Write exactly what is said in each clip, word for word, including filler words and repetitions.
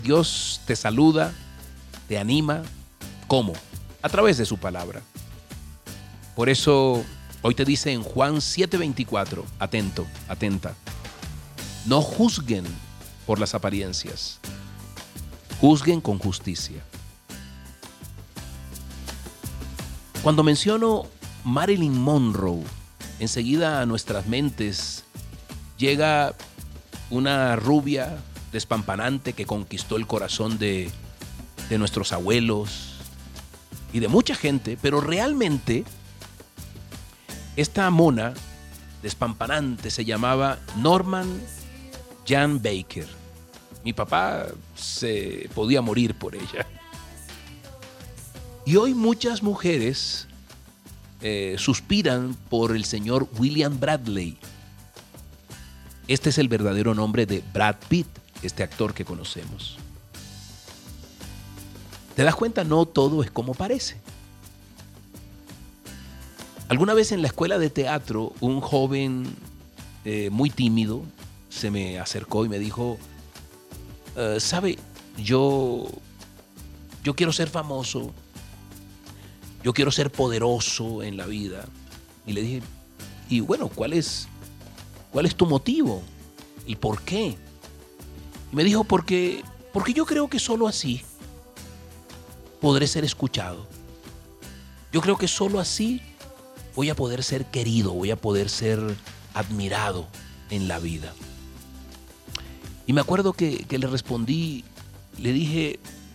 Dios te saluda, te anima. ¿Cómo? A través de su palabra. Por eso hoy te dice en Juan siete veinticuatro, atento, atenta, no juzguen por las apariencias, juzguen con justicia. Cuando menciono Marilyn Monroe, enseguida a nuestras mentes llega una rubia despampanante que conquistó el corazón de, de nuestros abuelos y de mucha gente, pero realmente esta mona despampanante se llamaba Norman Jan Baker. Mi papá se podía morir por ella. Y hoy muchas mujeres eh, suspiran por el señor William Bradley. Este es el verdadero nombre de Brad Pitt, este actor que conocemos. ¿Te das cuenta? No todo es como parece. Alguna vez en la escuela de teatro, un joven eh, muy tímido se me acercó y me dijo, uh, ¿sabe? Yo, yo quiero ser famoso. Yo quiero ser poderoso en la vida. Y le dije, y bueno, ¿cuál es, cuál es tu motivo? ¿Y por qué? Y me dijo, porque, porque yo creo que solo así podré ser escuchado. Yo creo que solo así voy a poder ser querido, voy a poder ser admirado en la vida. Y me acuerdo que, que le respondí, le dije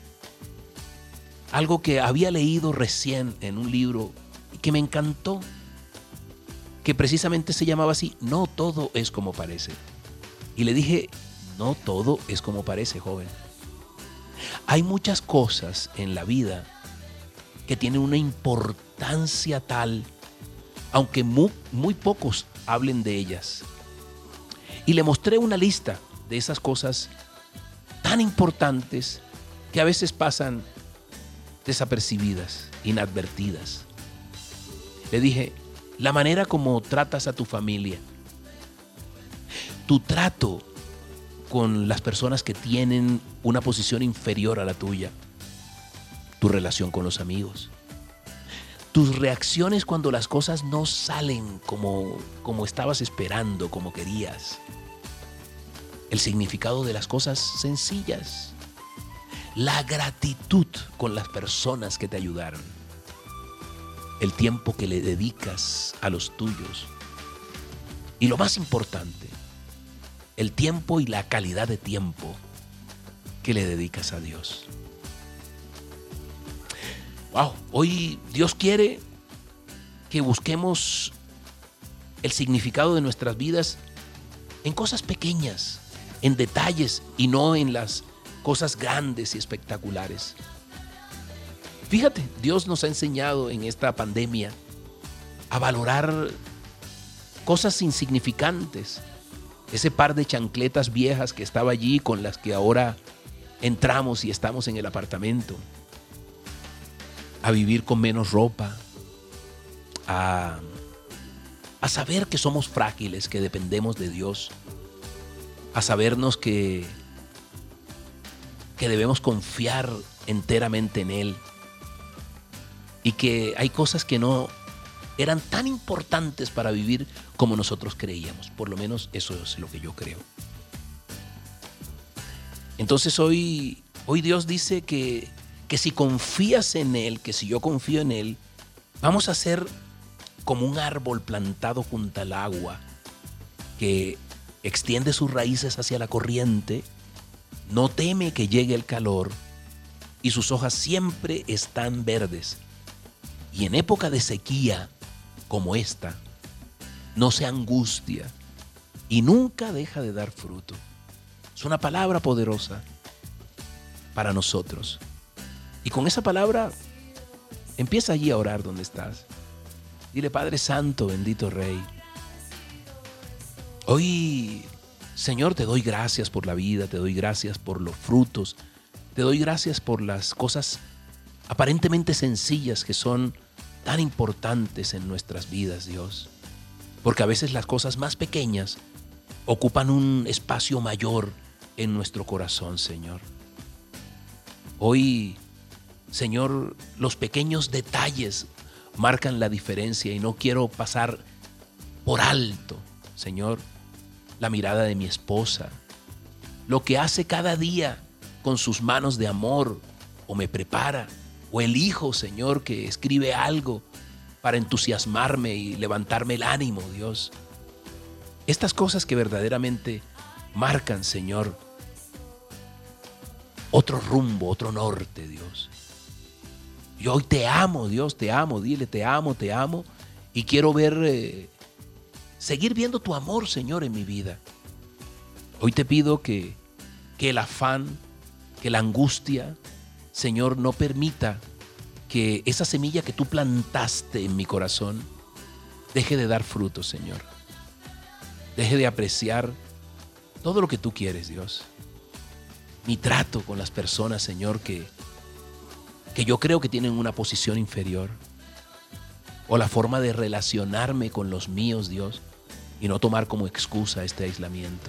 algo que había leído recién en un libro y que me encantó, que precisamente se llamaba así, no todo es como parece. Y le dije, no todo es como parece, joven. Hay muchas cosas en la vida que tienen una importancia tal, aunque muy, muy pocos hablen de ellas. Y le mostré una lista de esas cosas tan importantes que a veces pasan desapercibidas, inadvertidas. Le dije, la manera como tratas a tu familia, tu trato con las personas que tienen una posición inferior a la tuya, tu relación con los amigos, tus reacciones cuando las cosas no salen como, como estabas esperando, como querías, el significado de las cosas sencillas, la gratitud con las personas que te ayudaron, el tiempo que le dedicas a los tuyos y lo más importante, el tiempo y la calidad de tiempo que le dedicas a Dios. Wow, hoy Dios quiere que busquemos el significado de nuestras vidas en cosas pequeñas, en detalles y no en las cosas grandes y espectaculares. Fíjate, Dios nos ha enseñado en esta pandemia a valorar cosas insignificantes. Ese par de chancletas viejas que estaba allí con las que ahora entramos y estamos en el apartamento. A vivir con menos ropa. A, a saber que somos frágiles, que dependemos de Dios. A sabernos que, que debemos confiar enteramente en Él. Y que hay cosas que no eran tan importantes para vivir como nosotros creíamos. Por lo menos eso es lo que yo creo. Entonces hoy, hoy Dios dice que, que si confías en Él, que si yo confío en Él, vamos a ser como un árbol plantado junto al agua que extiende sus raíces hacia la corriente, no teme que llegue el calor y sus hojas siempre están verdes. Y en época de sequía como esta, no se angustia y nunca deja de dar fruto. Es una palabra poderosa para nosotros. Y con esa palabra, empieza allí a orar donde estás. Dile, Padre Santo, bendito Rey. Hoy, Señor, te doy gracias por la vida, te doy gracias por los frutos, te doy gracias por las cosas aparentemente sencillas que son tan importantes en nuestras vidas, Dios. Porque a veces las cosas más pequeñas ocupan un espacio mayor en nuestro corazón, Señor. Hoy, Señor, los pequeños detalles marcan la diferencia y no quiero pasar por alto, Señor, la mirada de mi esposa, lo que hace cada día con sus manos de amor o me prepara, o el hijo, Señor, que escribe algo para entusiasmarme y levantarme el ánimo, Dios. Estas cosas que verdaderamente marcan, Señor, otro rumbo, otro norte, Dios. Yo hoy te amo, Dios, te amo, dile, te amo, te amo, y quiero ver, eh, seguir viendo tu amor, Señor, en mi vida. Hoy te pido que, que el afán, que la angustia, Señor, no permita que esa semilla que tú plantaste en mi corazón deje de dar fruto, Señor. Deje de apreciar todo lo que tú quieres, Dios. Mi trato con las personas, Señor, que, que yo creo que tienen una posición inferior. O la forma de relacionarme con los míos, Dios, y no tomar como excusa este aislamiento.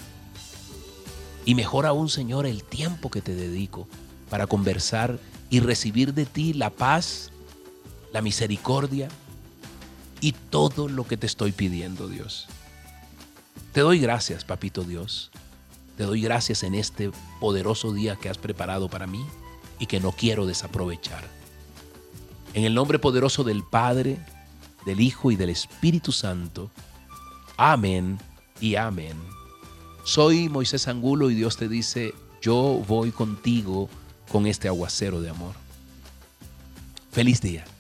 Y mejor aún, Señor, el tiempo que te dedico para conversar y recibir de ti la paz, la misericordia y todo lo que te estoy pidiendo, Dios. Te doy gracias, Papito Dios. Te doy gracias en este poderoso día que has preparado para mí y que no quiero desaprovechar. En el nombre poderoso del Padre, del Hijo y del Espíritu Santo. Amén y amén. Soy Moisés Angulo y Dios te dice, yo voy contigo con este aguacero de amor. Feliz día.